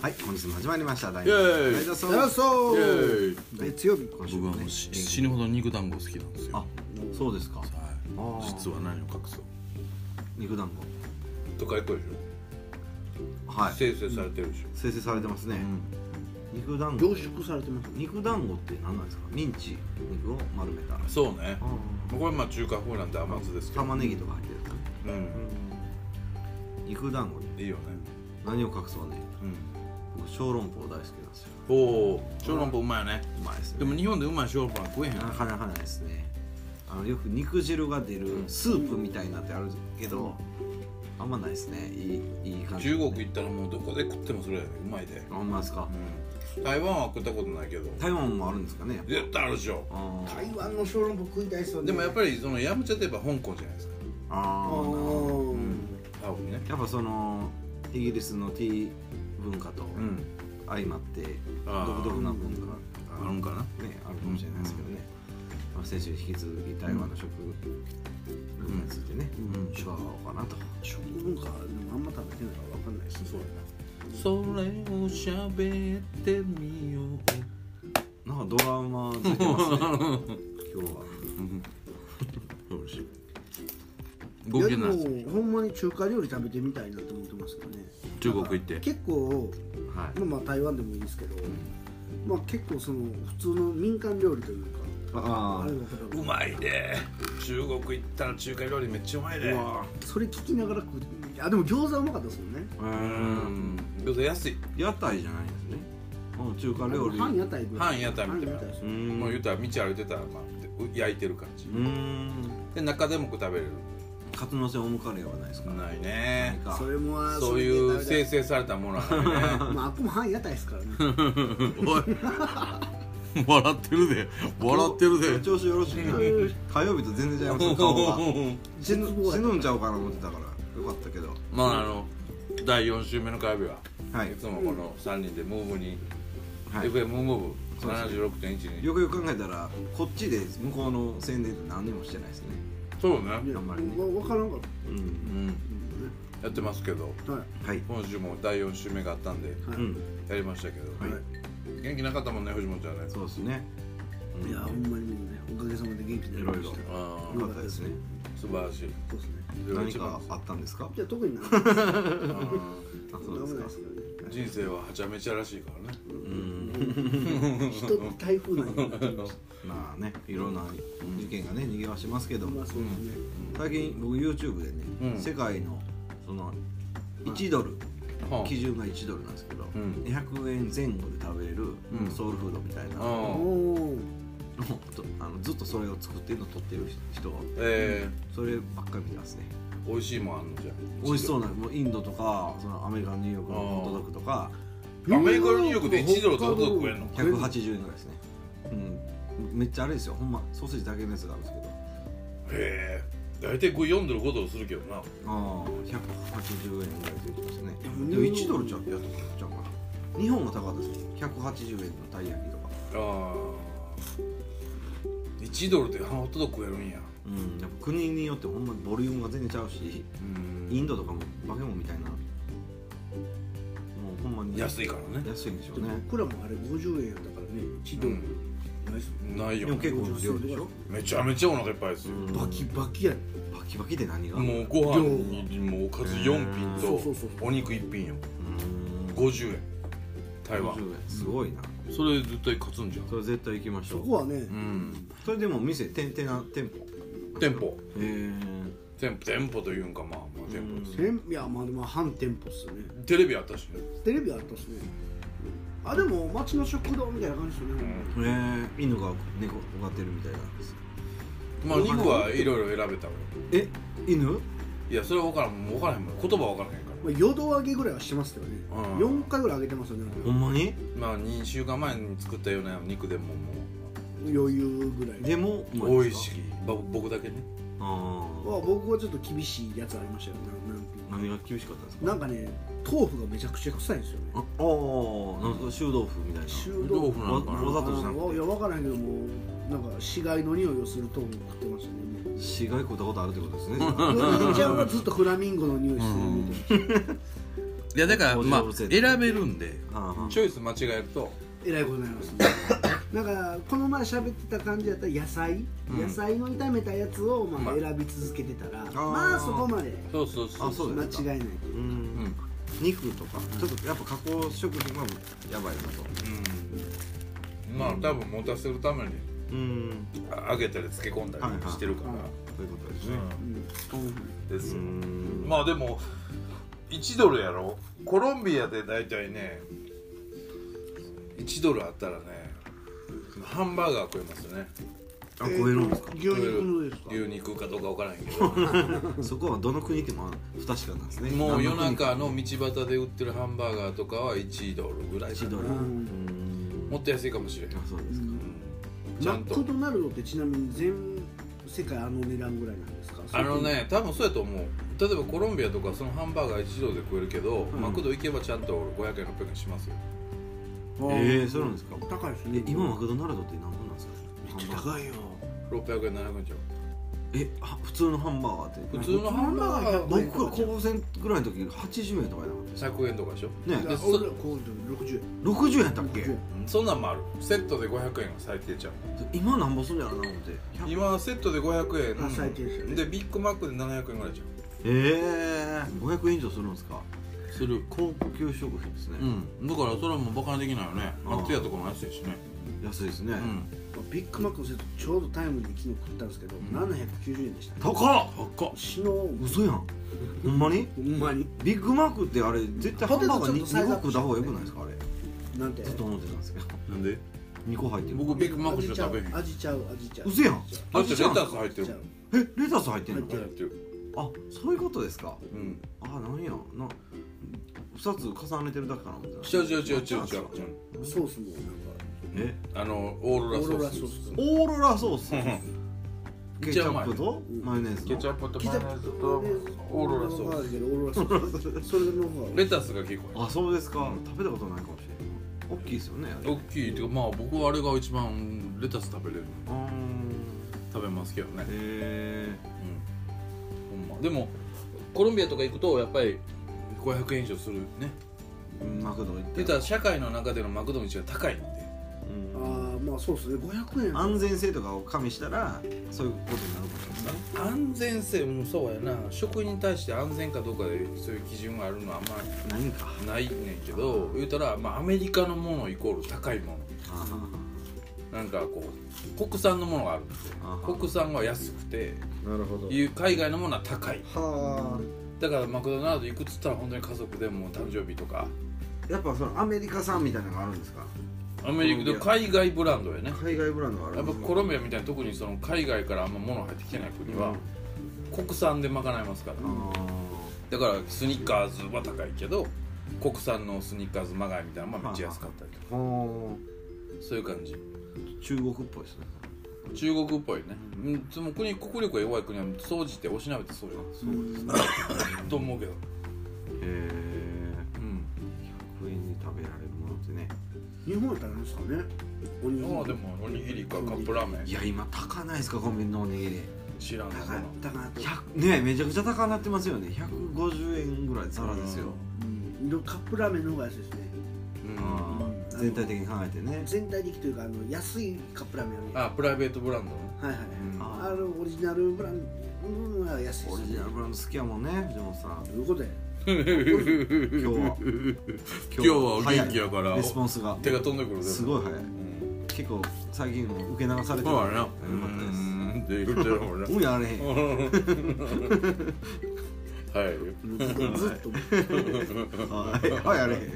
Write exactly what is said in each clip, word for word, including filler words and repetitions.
はい、本日も始まりました。大イエーイ大丈夫そう。 イエーイ月曜日、今週僕はもうし死ぬほど肉団子好きなんですよ。 あ、そうですか。 はいあー実は何を隠そう肉団都会っ子でし子。はい。 ょ生成されてるでしょ、 生成されてますね。肉団子。 凝縮されてますね。 肉団子って何なんですか。ミンチ肉を丸めた。 そうねあこれまあ中華風なんで甘酢ですけど玉ねぎとか入ってるやつ。 うん、 うん。肉団子にいいよね何を隠そうね。 うん僕小籠包大好きなんですよ。 おお小籠包うまいよねうまいですね。 でも日本でうまい小籠包は食えへんなかなかないですね。あのよく肉汁が出るスープみたいなってあるけど、あんまないですね。いいいい感じ。 中国行ったらもうどこで食ってもそれやねうまいで、 あんまですか。 うん、台湾は食ったことないけど台湾もあるんですかね。 絶対あるでしょ。 あー台湾の小籠包食いたいですよね。 でもやっぱりそのヤムチャといえば香港じゃないですかあー、なるほど。 うん多分ねやっぱそのイギリスのティー文化とうん相まってあー独特な文化があるんかなね、あるかもしれないですけどね。まあ先週に引き続き台湾の食文化についてね、 うん伺おうかなと。 食文化でもあんま食べてないからわかんないです。 そうやなそれをしゃべってみようなんかドラマついてますね。今日は。 そうしいやでもご機嫌なんですよほんまに中華料理食べてみたいなと思ってますけどね。 中国行って結構はい。 まあまあ台湾でもいいですけど、まあ結構その普通の民間料理というか、 ああれのことうまいで中国行ったら中華料理めっちゃうまいでうわそれ聞きながら食う。あでも餃子うまかったですもんね。 ううん。 ん餃子安い屋台じゃないんですね。うん、中華料理。 半屋台ぐらい。 半屋台みたいな半屋台ですう。ん。 もう言ったら道歩いてたらまあ焼いてる感じうん。 で中でも食べれるカツのせオムカレーはないですか。 ないね何かそれもあそういうそれで生成されたものはないねまああっこも半屋台ですからね。 おい笑ってるで笑ってるで調子よろしいな。火曜日と全然違いますよ。顔が。死ぬ死ぬんちゃうかな思ってたからよかったけど。 まああのだいよん週目の火曜日は、 はいいつもこのさんにんでムーブに、 はいエフエム ムーブそうですねななじゅうろくてんいち によくよく考えたらこっちで向こうの宣伝って何にもしてないですね。 そうねいやあんまりねわわからんかっうん。 うんやってますけどた。はいはい。 今週もだいよん週目があったんではい。 うん。 やりましたけど、 はい元気なかったもんね藤本ちゃんねそうですね。うんいやほんまにもうねおかげさまで元気になりました。 いろいあよかったですね。 素晴らしいそうですね。 何かあったんですか。 じゃあ特になんかあーあ、そうですか。 すからね。 人生ははちゃめちゃらしいからねうん。 人って台風なんやなって思いましまあね、いろんな事件がね逃げはしますけどた。まあそうですね。 最近僕 YouTube でね、 うん世界のそのいちドル、 はあ基準がいちドルなんですけど、 うんにひゃくえんぜん後で食べれるうんソウルフードみたいなのあおお。 とあのずっとそれを作ってるのを撮ってる人えそればっかり見てますね。 ー、美味しいもんあんのじゃん美味しそうなもうインドとかそのアメリカのニューヨークのホットドッグとかアメリカのニューヨークでいちドルでホットドッグ食えんのひゃくはちじゅうえんぐらいですね。うん、めっちゃあれですよ。ほんまソーセージだけのやつがあるんですけど、 へえ大体これよんドルごドルするけどなああひゃくはちじゅうえんぐらい出てきましたね。でもいちドルちゃうやったちゃうかな。日本が高かったですよ。ひゃくはちじゅうえんのたい焼きとか。 あーいちドルでホットドッグ食えるんやうん、やっぱ国によってほんまにボリュームが全然ちゃうし、 うんインドとかもバケモンみたいなもうほんまに安いからね安いんでしょうね。 僕らもあれごじゅうえんやったからね。いちドルないっすもん。 ないよでも結構な量でしょ。 めちゃめちゃお腹いっぱいですよ、 うんバキバキやね。 バキバキで何がもうご飯にもうおかずよん品とそうそうそうお肉いっ品ようんごじゅうえん台湾ごじゅうえんすごいな。 それ絶対勝つんじゃんそれ絶対行きましょ。 そうこはね。 うんそれでも店店店な店舗。 店舗へえ。 店舗店舗というんかまあまあ店舗です店いやまあでも半店舗っすよね。 テレビあったしねテレビあったっすね。あでも町の食堂みたいな感じですよね。 へえ。犬が猫がってるみたいな。 まあ肉はいろいろ選べたわよえ、犬？ いやそれは分からんもう分からへんもん言葉分からへんかまあ淀揚げぐらいはしてますけどね。 うんよんかいぐらい揚げてますよね。 ほんまに？ らまあにしゅうかんまえに作ったような肉でもも余裕ぐらい。 でもう美味しいぼ僕だけねあまあ僕はちょっと厳しいやつありましたよね。 あ。何が厳しかったんですか？ なんかね豆腐がめちゃくちゃ臭いんですよね。 ああー、なんか臭豆腐みたいな。 臭豆腐なのかなわわざとじゃなくていや分からへんけどもなんか死骸の匂いをする豆腐食ってましたね。 死骸食ったことあるってことですね。 ヨネちゃんはずっとフラミンゴの匂いするみたいな。 いやだからまあお上手選べるんではあはあチョイス間違えるとえらいことになりますねなんかこの前喋ってた感じだったら野菜、 うん野菜の炒めたやつをまあまあ選び続けてたら、 ーまあそこまでそうそうそうあそう間ですか違いないといううか、 ん肉とかちょっとやっぱ加工食品はやばいなとうんまあ多分持たせるためにうん揚げたり漬け込んだりしてるから、 はいはいそういうことですねうんですうよんまあでもいちドルやろコロンビアで大体ねいちドルあったらねハンバーガー食えますよねあ超えるんですか牛肉のですか牛肉かどうかわからへんけどそこはどの国でも不確かなんですねもう夜何中国かの道端で売ってるハンバーガーとかはいちドルぐらいかいちなドルうんうんもっと安いかもしれんあそうですかちゃんとマクドナルドってちなみに全世界あの値段ぐらいなんですか？ あのね多分そうやと思う例えばコロンビアとかそのハンバーガーいちドルで食えるけど、 んマクド行けばちゃんとごひゃくえんろっぴゃくえんしますよそれええそうなんですか高いですね。 え今マクドナルドって何本なんですかめっちゃ高いよ。 ろっぴゃくえんななひゃくえんちゃうえあ普通のハンバーガーって普通のハンバーガー僕僕が高専ぐらいの時はちじゅうえんとかやなかったですひゃくえんとかでしょねいやで俺らこうろくじゅうえん。 ろくじゅうえんやったっけろくじゅうそんなんもあるセットでごひゃくえんが最低ちゃう今なんぼすんじゃろうな思ってひゃく今セットでごひゃくえんあ最低ですよねでビッグマックでななひゃくえんぐらいちゃええごひゃくえん以上するんですかうする高級食品ですねうんだからそれはもうバカにできないよねあー松屋とかも安いしね安いですねうんビッグマックのセットちょうどタイムリーで昨日食ったんですけど、 んななひゃくきゅうじゅうえんでしたね。 高っ高っ死のう嘘やんほんまにほんまにビッグマックってあれ絶対ハンバーガーにポテトちょっとサイズにアップこ食った方がよくないですかあれなんてずっと思ってたんですけどなんでにこ入ってる僕ビッグマックしか食べへんだ味ちゃう味ちゃう嘘やんってレタス入ってるもんえレタス入ってんの入やってるあそういうことですかうんあなんやなふたつ重ねてるだけかなみたいな違う違う違う違う違うソースもなんかえあのオーロラソオーロラースソースオーロラソースケチめっちゃうまいャップとマヨネーズのケチャップとケチャップマヨネーズとオーロラソーススオーロラソースそれの方がレタスが結構あそうですか食べたことないかもしれない大きいですよねあれ大きいっていうかまあ僕はあれが一番レタス食べれるあー食べますけどねへうんほんまでもコロンビアとか行くとやっぱりごひゃくえん以上するねえマクド行って言ったら社会の中でのマクドの位置が高いんでああまあそうですねごひゃくえん安全性とかを加味したらそういうことになるかもしれないですね安全性もそうやな食に対して安全かどうかでそういう基準があるのはあんま何かないねんけど言うたら、まあ、アメリカのものイコール高いもあのなんかこう国産のものがあるんですよあは国産は安くてなるほどいう海外のものは高いはだからマクドナルド行くっつったら本当に家族でも誕生日とかあやっぱそのアメリカ産みたいなのがあるんですかアメリカで海外ブランドやね海外ブランドがあるやっぱんですかコロンビアみたいに特にその海外からあんま物入ってきてない国は国産で賄えますからあだからスニッカーズは高いけど国産のスニッカーズまがいみたいなのはめっちゃ安かったりとかーはそういう感じあ中国っぽいですね中国っぽいね、うん、その国国力が弱い国は総じておしなべてそうよそうですねと思うけどへえうんひゃくえんで食べられるものってね日本やったらなんですかねおにぎりまあでもおにぎりかカップラーメンいや今高ないですかコンビニのおにぎり知らんのか高かったなとひゃくねめちゃくちゃ高なってますよねひゃくごじゅうえんぐらいザラですようんでもカップラーメンの方が安いですねなあー全体的に考えてね全体的というかあの安いカップラーメンあるあプライベートブランドねはいはいうんああのオリジナルブランドのは安いですオリジナルブランド好きやもんね藤本さんどういうことや今日は今日はお元気やからレスポンスが手が飛んでくるすごい早いうん結構最近も受け流されてるそうやなよかったですうんって言ってるもんなうんやれへんはいずっとはいはいやれへん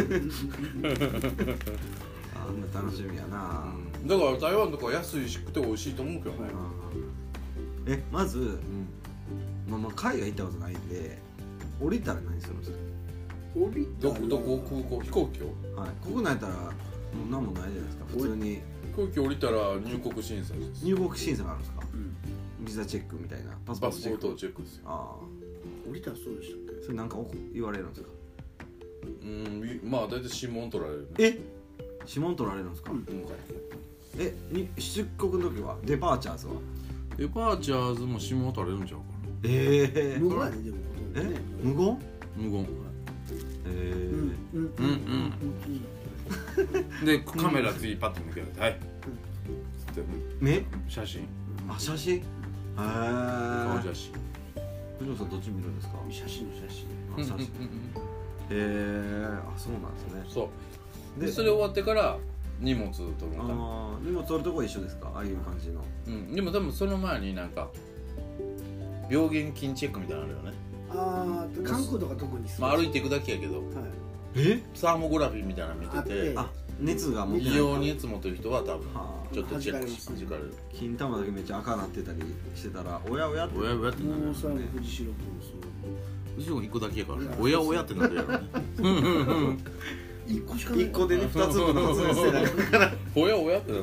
あんな楽しみやなだから台湾とか安いしくて美味しいと思うけどねうんえまずまあまあ海外行ったことないんで降りたら何するんです降りたらどこどこ空港飛行機をかはい国内やったらもう何もないじゃないですか普通に飛行機降りたら入国審査です入国審査があるんですかうんビザチェックみたいなパスポパスポーートチェックトチェックですよあ降りたらそうでしたっあそれなんか言われるんですかうんまあ大体指紋取られるねえ指紋取られるんですか、 うん今回えに出国の時はデパーチャーズはデパーチャーズも指紋取られるんちゃうかええけ無言やねでもえね無言な無言ええうんうんうんうんでカメラ次パッと向けられて「はい」つって目写真あ写真へえ顔写真藤本さんどっち見るんですか写真の写真あ写真へえあそうなんですねそうでそれ終わってから荷物取るのかなああ荷物取るとこ一緒ですかああいう感じのうんでも多分その前になんか病原菌チェックみたいなのあるよねああ関空とか特にまあ歩いていくだけやけどはいえサーモグラフィーみたいなの見ててあ熱が持ってない異常に熱持ってる人は多分はあちょっとチェックし弾かれますね弾かれる金玉だけめっちゃ赤なってたりしてたらおやおやっておやおやってなるもうさ藤代君後ろ行くだけやからねおやおやってなるやろねそう一個しかない一個でね二つの発熱してないからおやおやってなる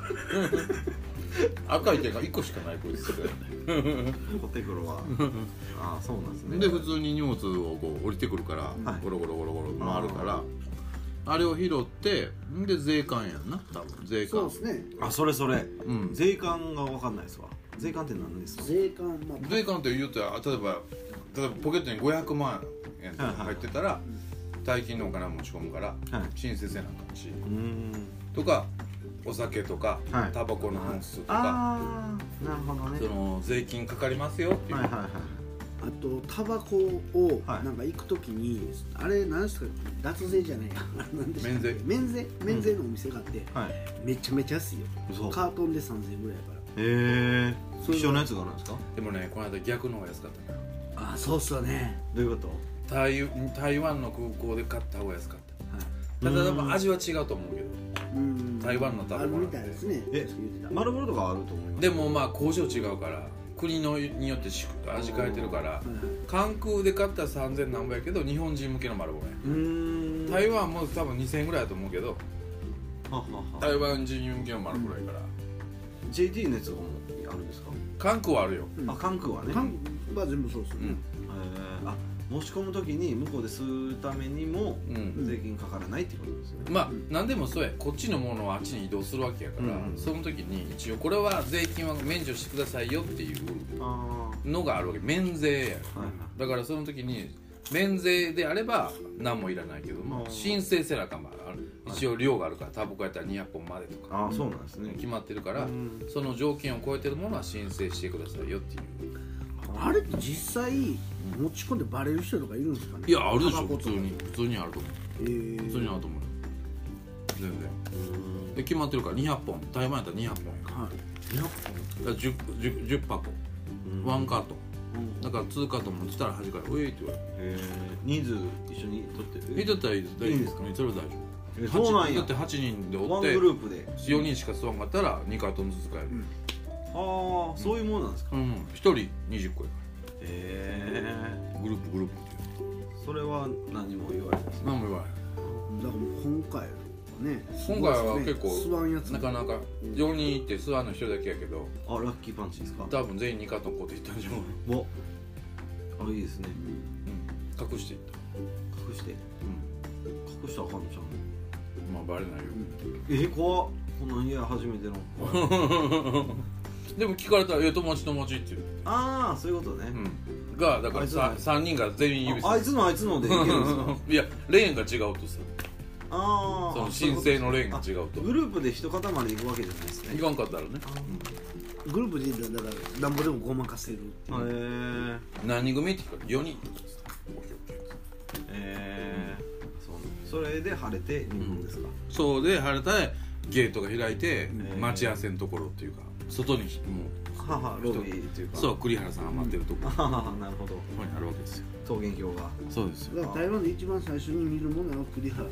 赤い手が一個しかないこいつだよねコテクロはああそうなんですねで普通に荷物をこう降りてくるから、 はいゴロゴロゴロゴロ回るからあれを拾ってんで税関やんな多分税関そうですねあそれそれうん税関が分かんないですわ税関って何ですか税関まあ税関って言うと例えば例えばポケットにごひゃくまんえんとか入ってたら大金のお金を持ち込むからはい申請せなあかんしうーんとかお酒とかはいタバコの本数とかああなるほどねその税金かかりますよっていうはいはいはいあとタバコをはいなんか行くときにあれ何ですか脱税じゃないや何でしたっけ免税免税のお店があってはいめちゃめちゃ安いよ嘘カートンでさんぜんえんぐらいやからへえそれが一緒のやつがあるんですかでもねこの間逆の方が安かったのよあそうっすよねどういうこ台台湾の空港で買った方が安かったただ多分味は違うと思うけどうん台湾のタバコあるみたいですねえ言ってたと丸ボロとかあると思いますでもまあ工場違うから国のによってし味変えてるからはいはい関空で買ったらさんぜん何ぼやけど日本人向けの丸ボロやうーん台湾も多分にせんえんぐらいだと思うけどははは台湾人向けの丸ボロやからジェーティー のやつがもあるんですか関空はあるようんあ関空はね韓は全部そうっすよねうんえーあ申し込むときに向こうで吸うためにもうん税金かからないってことですねまあ何でもそうやこっちのものはあっちに移動するわけやから、 うんその時に一応これは税金は免除してくださいよっていうあのがあるわけ免税やあはいはいだからその時に免税であれば何もいらないけどもあー申請せなあかんばある一応量があるからタバコやったらにひゃっぽんまでとかああそうなんですね決まってるからうんその条件を超えてるものは申請してくださいよっていうあれって実際持ち込んでバレる人とかいるんですかねいやあるでしタバコとかょ普通に普通にあると思うえー普通にあると思うよ全然で決まってるからにひゃっぽん台湾やったらにひゃっぽんやからはいにひゃっだから 10, 10, 10箱うんワンカートうんだからにカート持ってたら端から「うえい」って言われえー人数一緒に取ってて「えだったらいいです大丈夫いいんですかそれは大丈え夫そうなんやだってはちにんでおワンってグループでよにんしか吸わんかったらにカートンずつ買えるああそういうものなんですかうんひとりにじゅっこやかえらグループグループってえそれは何も言われないです何も言わだからもう今回はね今回は結構吸わんやつへんなかなかよにん行って吸わんのひとりだけやけどあラッキーパンチですか多分全員にカートン買うていったんじゃないおあいいですねうん隠していった隠して隠したらあかんのちゃうんまあバレないようのえ怖っこんなんいや初めてのでも聞かれたら「え友達友達」って言うああそういうことねうんがだからあいつのささんにんが全員指ああいつのあいつのでいけるんですかいやレーンが違うとさああその申請のレーンが違うとグループで一塊で行くわけじゃないですねいかんかったらねグループでいたらだからなんぼでもごまかせるへえ何人組って聞かれてよにんえーそうそれで晴れて日本ですかそうで晴れたらゲートが開いてー待ち合わせのところっていうか外にもははロビーっていうかうそう栗原さんが待ってるところこははなるほどこにあるわけですよ桃源郷がそうですよだから台湾で一番最初に見るものは栗原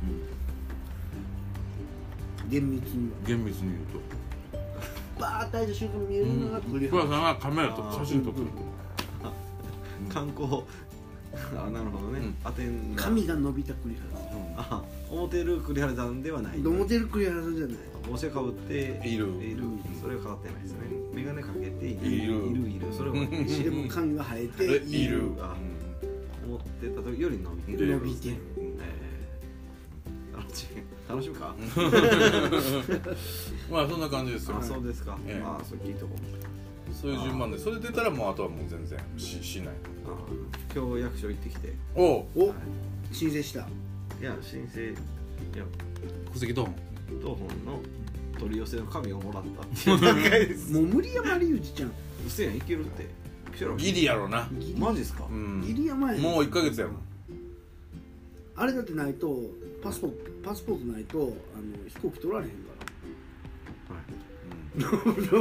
厳密には厳密に言うバーッと開いた瞬間に見えるのがと栗原栗原さんがカメラと写真撮ってる観光あなるほどね、 うんアテンが髪が伸びた栗原さあ表る栗原さんではないんモデル栗原さんじゃない帽子をかぶっているいるそれは変わってないですね眼鏡かけているいるいるいるそれはいいでも髪が生えてえいるあ思ってた時より伸びてる伸びてるえー楽しい楽しむかまあそんな感じですよあそうですかええあそう聞いとこうそういう順番でそれ出たらもうあとはもう全然 し, しない。 今日役所行ってきて、 おおお申請した。 いや申請、いや戸籍謄本当本の取り寄せの紙をもらったっていう段階です。 もう無理やまりうちちゃん。 うせやん、いけるって。 ギリやろな。 ギリマジっすか？ うん、 ギリやまや。 もういっかげつやもん。 あれだってないとパスポートパスポートないとあの飛行機取られへんから。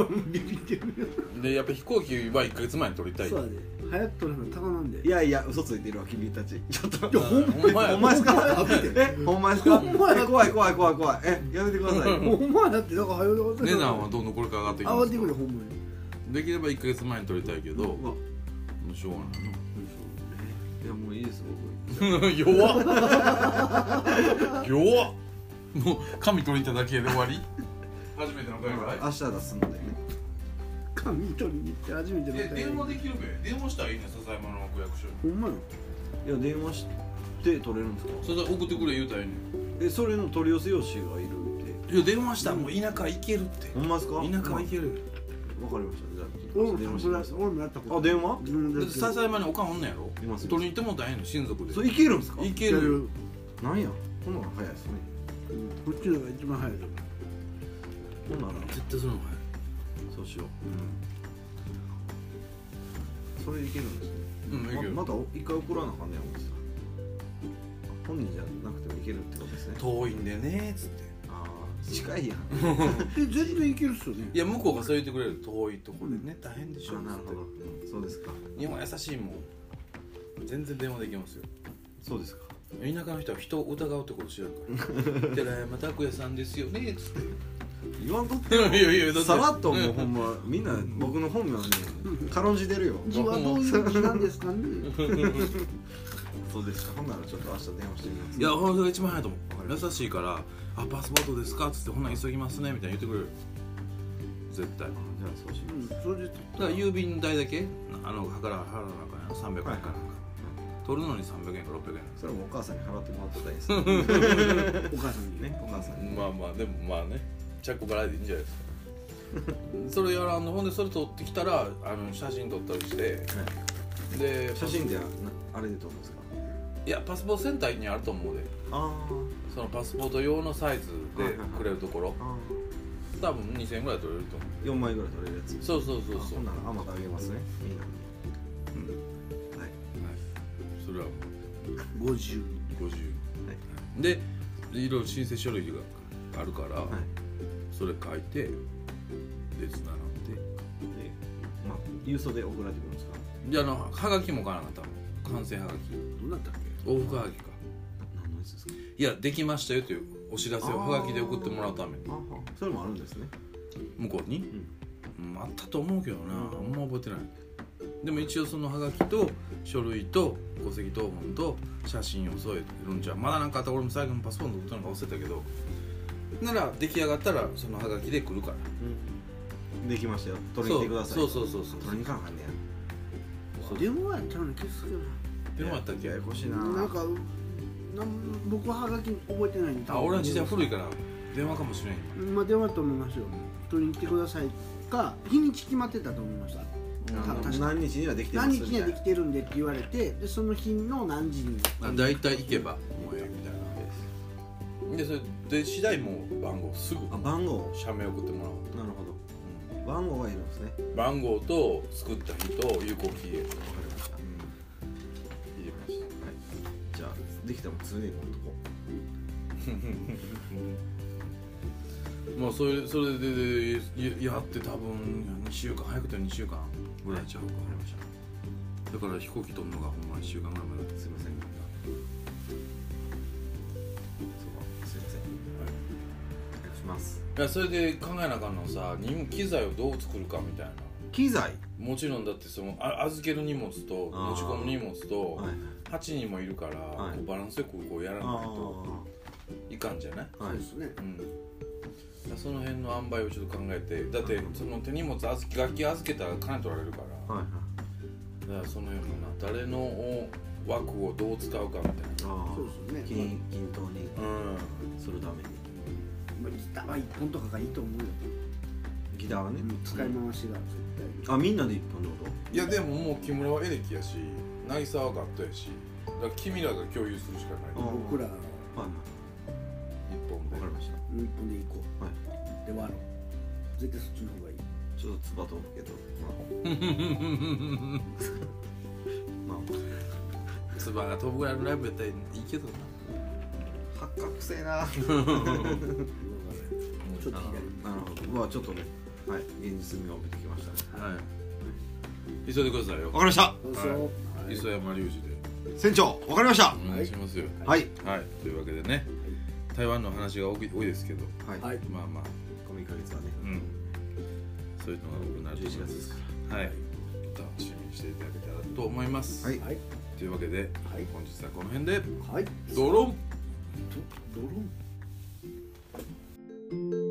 はい。ビビってる。 でやっぱ飛行機はいっかげつまえに取りたい。 そうだね。早く取るのたまなんで。 いやいや、嘘ついてるわ君たち。ちょっと。 いやほんまや。 ほんまですか？え、ほんまですか？ ほんまや。 怖い怖い怖い怖い。え、やめてください。 ほんまやだってだから早く値段はどんどんこれから上がっていきます。 上がってくるほんまに。 できればいっかげつまえに取りたいけど、もうわ、 うしょうがないの。 いやもういいです僕。 弱っ弱っ。もう紙取りに行っただけで終わり。初めての海外。 明日出すのでね。 紙取りに行って初めてのえ、電話できるべ。電話したらいいね、笹山の区役所。 ほんまや。 いや電話して取れるんですか？ それ送ってくれ言うたらいいね。 え、それの取り寄せ用紙がいるって。 いや電話したらもう田舎行けるって。 ほんまですか？ 田舎行ける。 わかりました。じゃあ俺も電話してください。 俺もやったことあ、電話？ 笹山におかんおんねやろ。 います。 取りに行っても大変の親族で。 それいけるんですか？ いける。 なんや？こんなの早いですね。 こっちのが一番早いと思う。 ほんなら絶対それもそうしよう。それいけるんですね。 うん、いける。 また一回送らなあかんねやもんさ。本人じゃなくてもいけるってことですね。 遠いんでねっつって。 ああ、近いやん。 え、全然いけるっすよね。 いや向こうがそう言ってくれる。遠いとこでね、大変でしょ。 あ、なるほど。そうですか。 日本は優しいもん。全然電話できますよ。 そうですか。 田舎の人は人を疑うってこと知らんから寺山拓也さんですよねっつって言わんとっていやいやだってさらっともうほんまみんな僕の本名に軽んじてるよ。 字はどういう字なんですかね。 そうですか。ほんならちょっと明日電話してみます。 いやほんとが一番早いと思う。優しいから「あパスポートですか?」っつって「ほんなら急ぎますね」みたいに言ってくれる絶対。 じゃあそうしうます。 ん、それでだから郵便代だけあのはから払わなあかんやろさんびゃくえんかなんか取るのにさんびゃくえんかろっぴゃくえん。 それもお母さんに払ってもらってたらいいですね。 お母さんにね。 ね、お母さんに。 まあまあでもまあね着払いでいいんじゃないですかそれやらんのほんでそれ取ってきたらあの写真撮ったりしてで写真であれで撮るんですか？ いやパスポートセンターにあると思うであそのパスポート用のサイズでくれるところあ。 多分にせんえんぐらい取れると思う。 よんまいぐらい撮れるやつ。 そうそうそうそう。 ほんならあまたあげますね。みんなに。うん。はい。 それは五十。 ごじゅうでいろいろ申請書類があるから、 はい。 それ書いてでつながってで、まあ郵送で送られてくるんですか？ であのはがきも買わなかったの完成はがきどうなったっけ？ 往復はがきか何のやつですか？ いやできましたよというお知らせをはがきで送ってもらうためにああ、それもあるんですね。 向こうに、うん、あったと思うけどな、あんま覚えてない。でも一応そのはがきと書類と戸籍謄本と写真を添えてるんじゃん。まだなんかあったら俺も最後のパスポート取ったのか忘れたけどなら出来上がったらそのはがきで来るから、 うん、できましたよ。取りに来てください。 そうそうそうそう取りに行かなあかんねや。 電話やったのに消すけど電話やったっけ？ ややこしいな。 なんかなん僕ははがき覚えてないんで。 あ、俺は時代古いから電話かもしれん。 まあ電話と思いますよ。取りに来てくださいか日にち決まってたと思いました。 何日にはできてます何日にはできてるんでって言われて、でその日の何時に。 あ、大体行けばもうええみたいな。でそれで次第もう番号すぐ。 あ、番号。 社名送ってもらおう。 なるほど。番号がいるんですね。 番号と作った日と有効期限。わかりました。 うん、入れました。はい。じゃあできたら常に持っとこう。まあそれそれででやって多分にしゅうかん早くてにしゅうかんぐらいちゃうか。わかりました。だから飛行機飛ぶのがほんまいっしゅうかんぐらいまで。 う。すいません。そうすいません。はい。お願いします。 いやそれで考えなあかんのさ、荷機材をどう作るかみたいな。 機材。 もちろんだってそのあ預ける荷物と持ち込む荷物とはいはちにんもいるから、 はいこうバランスよくこうやらないといかんじゃない？ はい。 そうですね。 うん、その辺の塩梅をちょっと考えて、だってその手荷物預け楽器預けたら金取られるから、 はいはい。 だからその辺もな誰の枠をどう使うかみたいな。 ああ。 そうですね。 均均等にうん、 するために。 まあギターは一本とかがいいと思うよ。 ギターがね、 うん、使い回しが絶対あみんなで一本のこいやでももう木村はエレキやし渚はガットやしだから君らが共有するしかないあ僕らとはい一本でわかりました。 一本で行こう、 はいで割ろう絶対そっちの方がいいちょっとつば飛ぶけどまあまあつばが飛ぶぐらいのライブやったらいいけどな八角性なちょっと左なるほどまあちょっとねはい現実味を帯びてきましたねはい急いでくださいよわかりましたどうぞ、 はい、磯山隆二で船長わかりましたお願いしますよはいはい、というわけでね台湾の話が多い多いですけどはい、 はいまあまあこのいっかげつはねうんそういうのが多くなるとじゅういちがつですかはい楽しみにしていただけたらと思いますはいはいというわけで、 はい本日はこの辺ではいドロンドロン